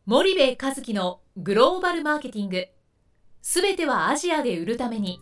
森部一樹のグローバルマーケティング、すべてはアジアで売るために。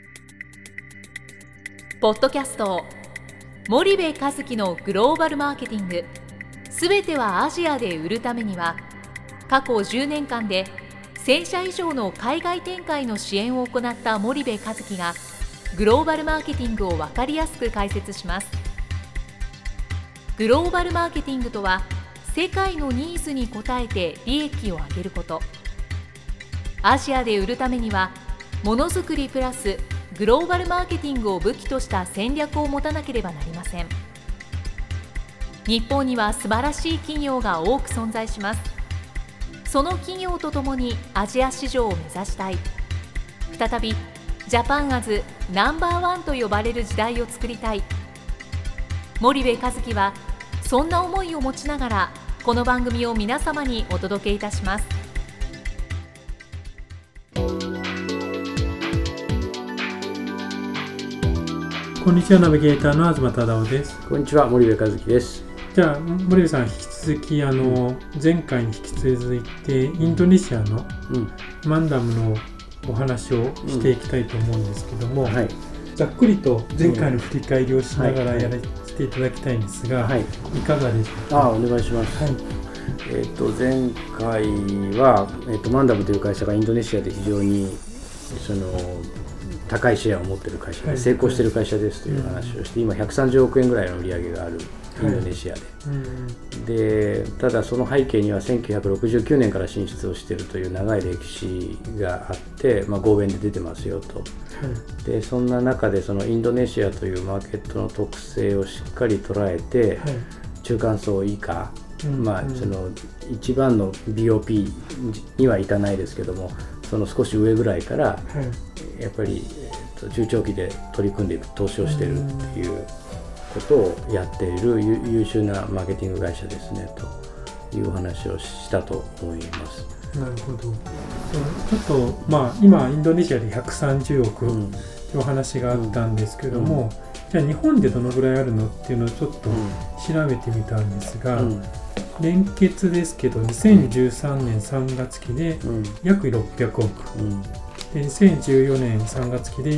ポッドキャスト森部一樹のグローバルマーケティング、すべてはアジアで売るためには、過去10年間で1000社以上の海外展開の支援を行った森部一樹がグローバルマーケティングを分かりやすく解説します。グローバルマーケティングとは、世界のニーズに応えて利益を上げること。アジアで売るためには、ものづくりプラスグローバルマーケティングを武器とした戦略を持たなければなりません。日本には素晴らしい企業が多く存在します。その企業とともにアジア市場を目指したい。再びジャパンアズナンバーワンと呼ばれる時代を作りたい。森部一樹はそんな思いを持ちながら、この番組を皆様にお届けいたします。 こんにちは、ナビゲーターの東忠夫です。 こんにちは、森部一樹です。 じゃあ森部さん、引き続き前回に引き続いてインドネシアのマンダムのお話をしていきたいと思うんですけども、 はい、 ざっくりと前回の振り返りをしながらしていただきたいんですが、いかがでしょうか。 お願いします。 はい。 前回は、マンダムという会社がインドネシアで非常に高いシェアを持っている会社で、成功している会社ですという話をして、今130億円ぐらいの売り上げがあるインドネシアで、でただその背景には1969年から進出をしているという長い歴史があって、合弁で出てますよと。でそんな中でそのインドネシアというマーケットの特性をしっかり捉えて、中間層以下、その一番の BOP にはいかないですけども、その少し上ぐらいから、やっぱり中長期で取り組んでいく投資をしているっていうことをやっている優秀なマーケティング会社ですねというお話をしたと思います。 なるほど。ちょっと今インドネシアで130億というお話があったんですけども、じゃあ日本でどのぐらいあるのっていうのをちょっと調べてみたんですが、連結ですけど2013年3月期で約600億、で2014年3月期で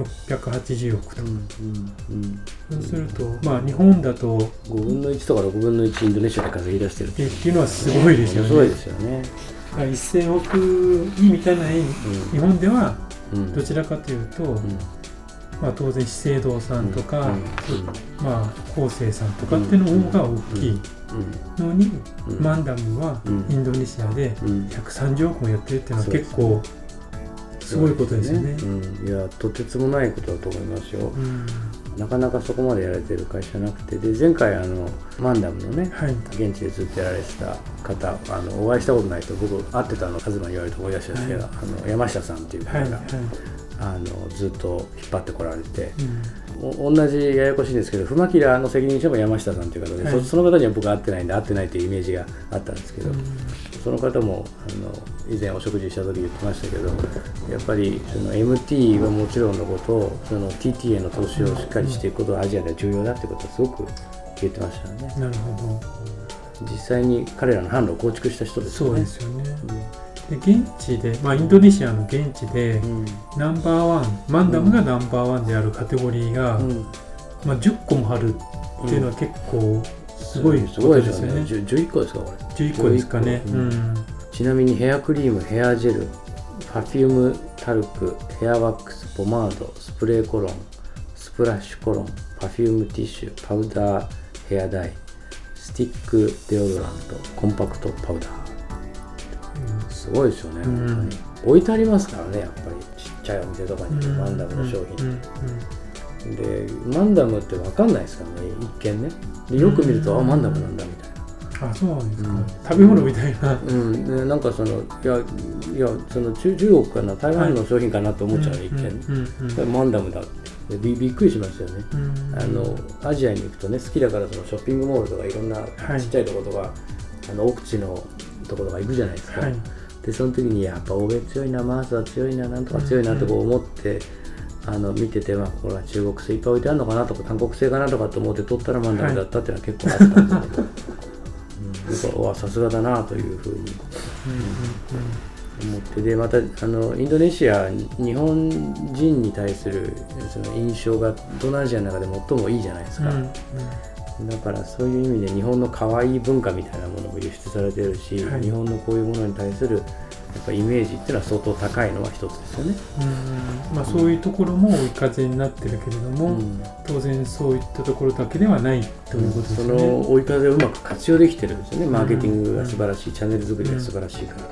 680億と、そうすると、日本だと 5分の1とか6分の1インドネシアで稼ぎ出してるっていうのはすごいですよね。 すごいですよね。 1000億に満たない日本ではどちらかというと、当然資生堂さんとか、コーセーさんとかっていうの方が大きいのに、マンダムはインドネシアで130億もやってるっていうのは結構すごいことですよね。 いや、とてつもないことだと思いますよ。なかなかそこまでやられてる会社なくて、で前回マンダムのね、現地でずっとやられてた方、お会いしたことない人、僕会ってたの東に言われて思い出したんですけど、山下さんっていう方が、ずっと引っ張ってこられて、同じややこしいんですけど、フマキラの責任者も山下さんという方で、その方には僕は会ってないんで、会ってないというイメージがあったんですけど、その方も以前お食事した時言ってましたけど、やっぱりその MT はもちろんのこと、その TT への投資をしっかりしていくことがアジアでは重要だということをすごく言ってましたよね。 なるほど。 実際に彼らの販路を構築した人ですよね。 そうですよね。で現地で、インドネシアの現地でナンバーワン、マンダムがナンバーワンであるカテゴリーが、10個もあるっていうのは結構すごいことですよね。 11個ですか、これ。 11個ですかね。 ちなみにヘアクリーム、ヘアジェル、パフューム、タルク、ヘアワックス、ポマード、スプレーコロン、スプラッシュコロン、パフュームティッシュ、パウダー、ヘアダイ、スティックデオドラント、コンパクトパウダー。すごいですよね、本当に。置いてありますからね、やっぱりちっちゃいお店とかにマンダムの商品って。でマンダムって分かんないですからね、一見ね。でよく見ると、マンダムなんだみたいな。 そうなんですか。食べ物みたいな。 なんかその中国かな、台湾の商品かなと思っちゃう、一見。マンダムだってびっくりしましたよね。アジアに行くとね、好きだからそのショッピングモールとかいろんなちっちゃいところとか、奥地のところとか行くじゃないですか。でその時にやっぱ欧米強いな、マースは強いな、なんとか強いなってこう思って見てて、これは中国製いっぱい置いてあるのかなとか、韓国製かなとかと思って取ったらマンダムだったっていうのは結構あったんですけど。 さすがだなというふうに思って、でまたインドネシア、日本人に対するその印象が東南アジアの中で最もいいじゃないですか。だからそういう意味で日本の可愛い文化みたいなものも輸出されてるし、はい、日本のこういうものに対するやっぱイメージっていうのは相当高いのは一つですよね。 そういうところも追い風になってるけれども、当然そういったところだけではないということですね。 その追い風をうまく活用できてるんですよね。マーケティングが素晴らしい、チャンネル作りが素晴らしいから。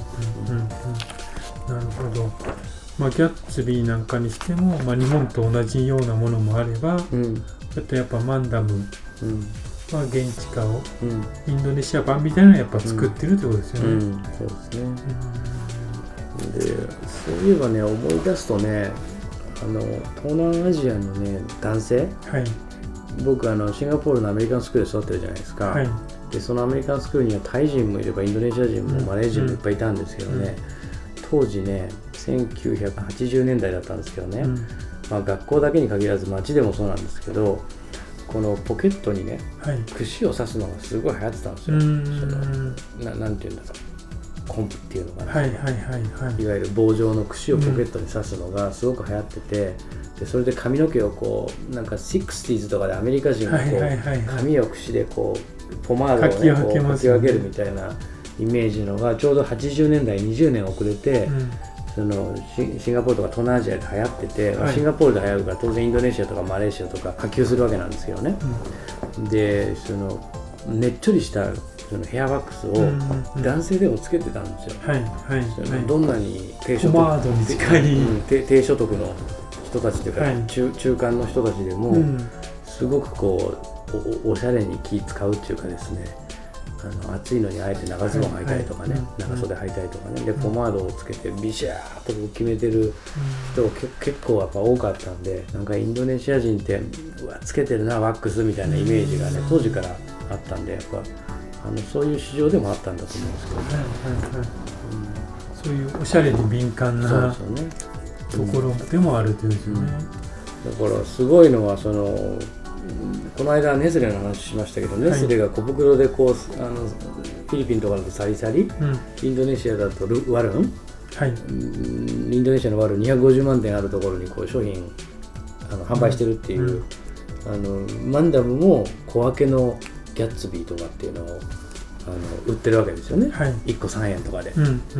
なるほど。ギャッツビーなんかにしても、日本と同じようなものもあれば、あとやっぱマンダムは現地化を、インドネシア版みたいなのをやっぱ作ってるってことですよね。 そうですね。で、そういえばね、思い出すとね、東南アジアのね、男性、僕シンガポールのアメリカンスクールで育ってるじゃないですか。でそのアメリカンスクールにはタイ人もいればインドネシア人もマレーシアもいっぱいいたんですけどね、当時ね、1980年代だったんですけどね、学校だけに限らず街でもそうなんですけど、このポケットにね、串を刺すのがすごい流行ってたんですよ。なんていうんだろう、コンプっていうのかな、いわゆる棒状の串をポケットに刺すのがすごく流行ってて、でそれで髪の毛をこうなんか 60s とかでアメリカ人がこう髪を串でこうポマードを、ね、こうかき分けるみたいなイメージのがちょうど80年代20年遅れて、そのシンガポールとか東南アジアで流行ってて、シンガポールで流行るから当然インドネシアとかマレーシアとか波及するわけなんですけどね、でそのねっちょりしたそのヘアワックスを男性でもつけてたんですよ。どんなに低所得の人たちというか、中間の人たちでもすごくこう おしゃれに気使うっていうかですね、暑いのにあえて長ズボン履いたりとかね、長袖履いたりとかね、でポマードをつけてビシャーっと決めてる人が結構やっぱ多かったんで、なんかインドネシア人ってうわつけてるなワックスみたいなイメージがね当時からあったんで、やっぱそういう市場でもあったんだと思うんですけどね。 そういうおしゃれに敏感なところでもあるというですよね。 だからすごいのはこの間ネスレの話しましたけど、ネスレが小袋でこうフィリピンとかだとサリサリ、インドネシアだとワルン、インドネシアのワルン250万店あるところにこう商品販売してるっていう、マンダムも小分けのギャッツビーとかっていうのを売ってるわけですよね、1個3円とかで、だ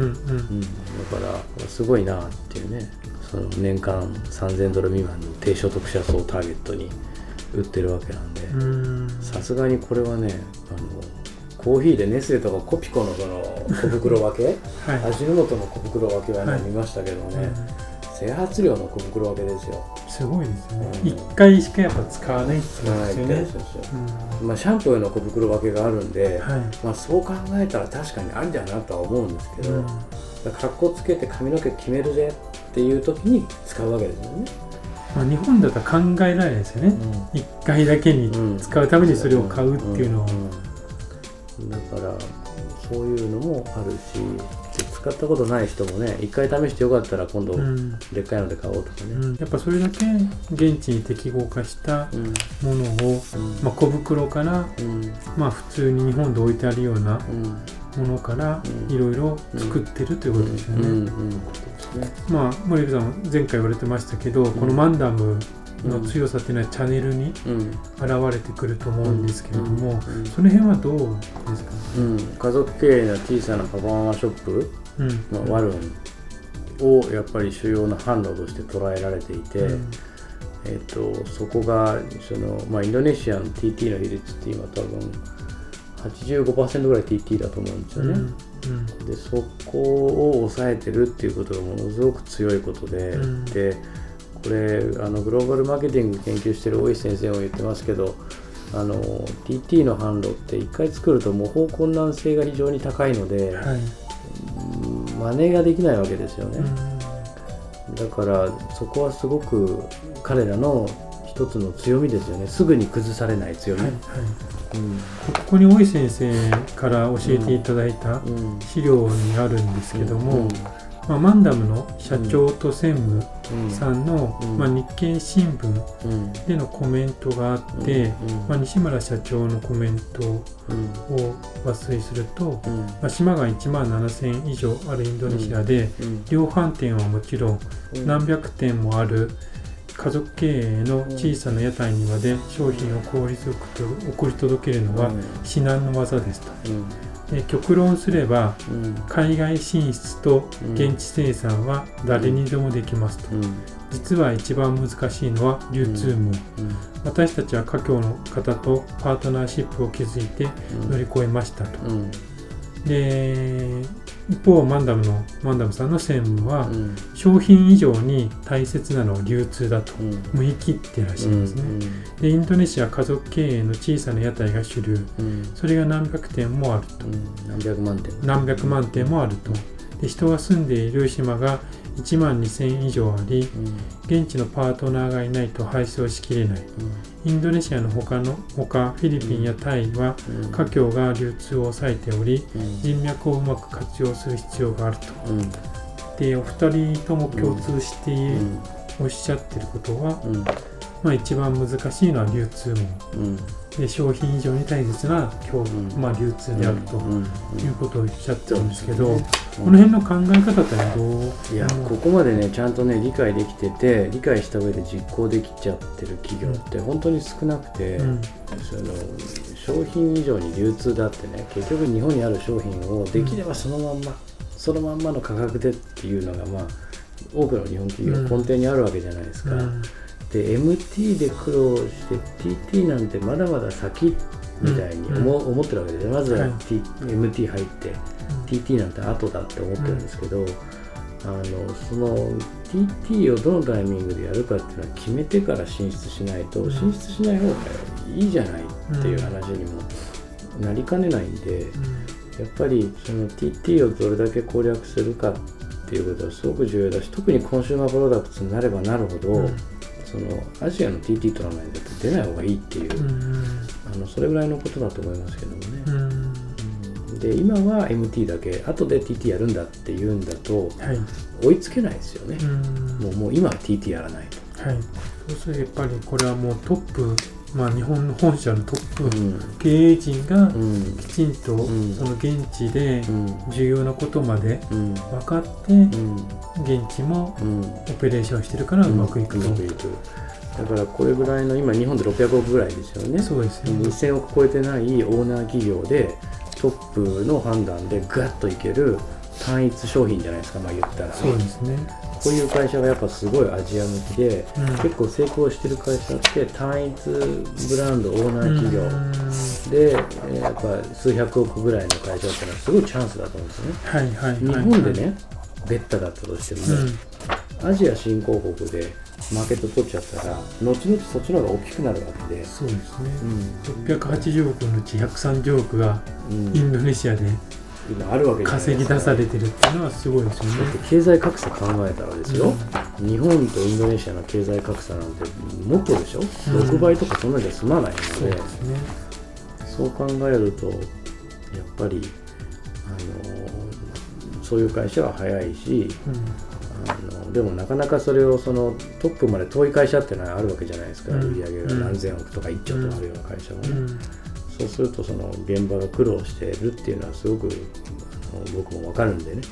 からすごいなっていうね、その年間$3000未満の低所得者層をターゲットに売ってるわけなんで、さすがにこれはね、コーヒーでネスレとかコピコのその小袋分け味の素の小袋分けはね、見ましたけどね、整髪料の小袋分けですよ。 すごいですよね。1回しかやっぱ使わないってことですよね。 シャンプーの小袋分けがあるんで、そう考えたら確かにありだなとは思うんですけど、格好つけて髪の毛決めるぜっていう時に使うわけですよね。 日本だと考えられないですよね、1回だけに使うためにそれを買うっていうのは、 だからそういうのもあるし、使ったことない人もね、1回試してよかったら今度でっかいので買おうとかね、 やっぱそれだけ現地に適合化したものを、小袋から、普通に日本で置いてあるようなものからいろいろ作ってるということですよね。森部さん前回言われてましたけど、このマンダムの強さっていうのはチャンネルに現れてくると思うんですけれども、その辺はどうですか？ 家族経営の小さなパパママショップのワルンをやっぱり主要な販路として捉えられていて、そこがインドネシアの TT の比率って今多分85% ぐらい TT だと思うんですよね。でそこを抑えてるっていうことがものすごく強いことで、でこれグローバルマーケティング研究してる大石先生も言ってますけど、TT の販路って1回作ると模倣困難性が非常に高いので、真似ができないわけですよね。だからそこはすごく彼らの一つの強みですよね。すぐに崩されない強み。 ここに大石先生から教えていただいた資料にあるんですけども、 マンダムの社長と専務さんの、日経新聞でのコメントがあって、西村社長のコメントを抜粋すると、島が1万7000以上あるインドネシアで、量販店はもちろん何百店もある家族経営の小さな屋台にまで商品を効率よく送り届けるのは至難の業ですと。極論すれば、海外進出と現地生産は誰にでもできますと。実は一番難しいのは流通網。私たちは華僑の方とパートナーシップを築いて乗り越えましたと。で、一方マンダムさんの専務は、商品以上に大切なのは流通だと、もう言い切ってらっしゃいますね。で、インドネシア家族経営の小さな屋台が主流、それが何百店もあると、何百万店もあると。で、人が住んでいる島が1万2000以上あり、現地のパートナーがいないと配送しきれない。インドネシアの他フィリピンやタイは華僑が流通を抑えており、人脈をうまく活用する必要があると。で、お二人とも共通しておっしゃってることは、一番難しいのは流通網。で、商品以上に大切な流通であるということをおっしゃってるんですけど、この辺の考え方ってどう？ いや、ここまでねちゃんとね理解できてて、理解した上で実行できちゃってる企業って本当に少なくて、商品以上に流通だってね、結局日本にある商品をできればそのまんまの価格でっていうのが多くの日本企業根底にあるわけじゃないですか。で MT で苦労して TT なんてまだまだ先みたいに思ってるわけで、まずは、MT 入って、TT なんて後だって思ってるんですけど、その TT をどのタイミングでやるかっていうのは決めてから進出しないと、進出しない方がいいじゃないっていう話にもなりかねないんで、やっぱりその TT をどれだけ攻略するかっていうことはすごく重要だし、特にコンシューマープロダクツになればなるほど、そのアジアの TT 取らないんだと出ない方がいいっていう、それぐらいのことだと思いますけどもね。で、今は MT だけ、後で TT やるんだっていうんだと、追いつけないですよね。もう今は TT やらないと。 そうするとやっぱりこれはもうトップ、日本の本社のトップ、経営陣がきちんとその現地で重要なことまで分かって、現地もオペレーションしてるからうまくいくと。 だからこれぐらいの、今日本で600億ぐらいですよね。 そうですね。 2000億超えてないオーナー企業でトップの判断でガッといける単一商品じゃないですか、言ったら。 そうですね。 こういう会社がやっぱすごいアジア向きで、結構成功してる会社って単一ブランドオーナー企業で、やっぱ数百億ぐらいの会社っていうのはすごいチャンスだと思うんですよね。日本でね、ベッタだったとしても、アジア新興国でマーケット取っちゃったら、後々そっちの方が大きくなるわけで。 そうですね。680億のうち130億がインドネシアで今あるわけじゃないですか。 稼ぎ出されてるっていうのはすごいですよね。 経済格差考えたらですよ、日本とインドネシアの経済格差なんてもっとでしょ、6倍とかそんなじゃ済まないので、そう考えるとやっぱりそういう会社は早いし、でもなかなかそれをそのトップまで遠い会社っていうのはあるわけじじゃないですか、売り上げが何千億とか1兆とかあるような会社もね。そうするとその現場が苦労しているっていうのはすごく僕も分かるんでね、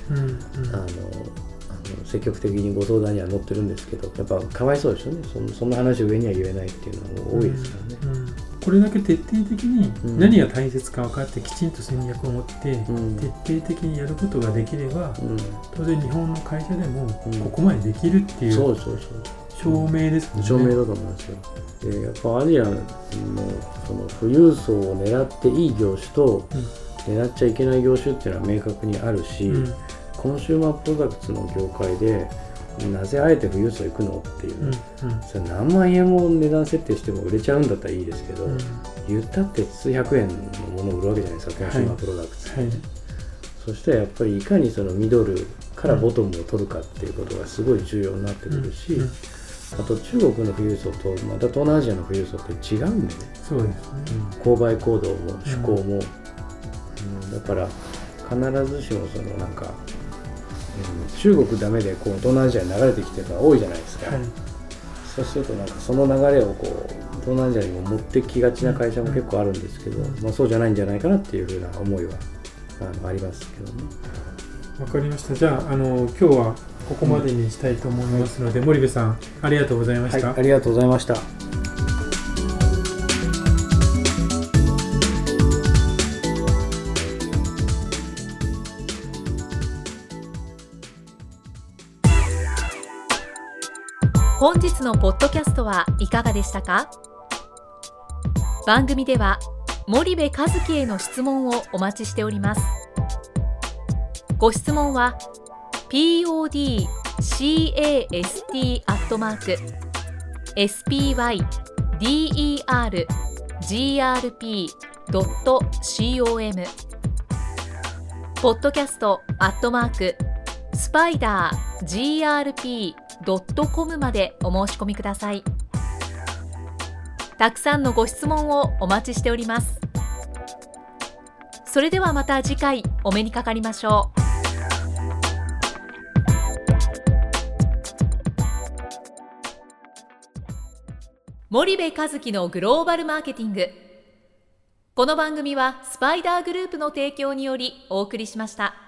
積極的にご相談には乗ってるんですけど、やっぱかわいそうですよね。そんな話を上には言えないっていうのは多いですからね。 これだけ徹底的に何が大切か分かってきちんと戦略を持って徹底的にやることができれば、当然日本の会社でもここまでできるっていう証明ですもんね。 証明だと思いますよ。でやっぱアジアのその富裕層を狙っていい業種と狙っちゃいけない業種っていうのは明確にあるし、コンシューマープロダクツの業界でなぜあえて富裕層行くのっていう、それ何万円も値段設定しても売れちゃうんだったらいいですけど、言ったって数百円のものを売るわけじゃないですか、コンシューマープロダクツって、そしたらやっぱりいかにそのミドルからボトムを取るかっていうことがすごい重要になってくるし、あと中国の富裕層とまた東南アジアの富裕層って違うんでね。 そうですね。 購買行動も趣向も、だから必ずしもそのなんか中国ダメでこう東南アジアに流れてきてるのが多いじゃないですか、そうするとなんかその流れをこう東南アジアにも持ってきがちな会社も結構あるんですけど、そうじゃないんじゃないかなっていうふうな思いはありますけどね。 わかりました。じゃあ、今日はここまでにしたいと思いますので、森部さんありがとうございました。 ありがとうございました。 本日のポッドキャストはいかがでしたか？番組では森部一樹への質問をお待ちしております。ご質問は podcast@spydergrp.com podcast@spidergrp.com までお申し込みください。たくさんのご質問をお待ちしております。それではまた次回お目にかかりましょう。森部一樹のグローバルマーケティング。この番組はスパイダーグループの提供によりお送りしました。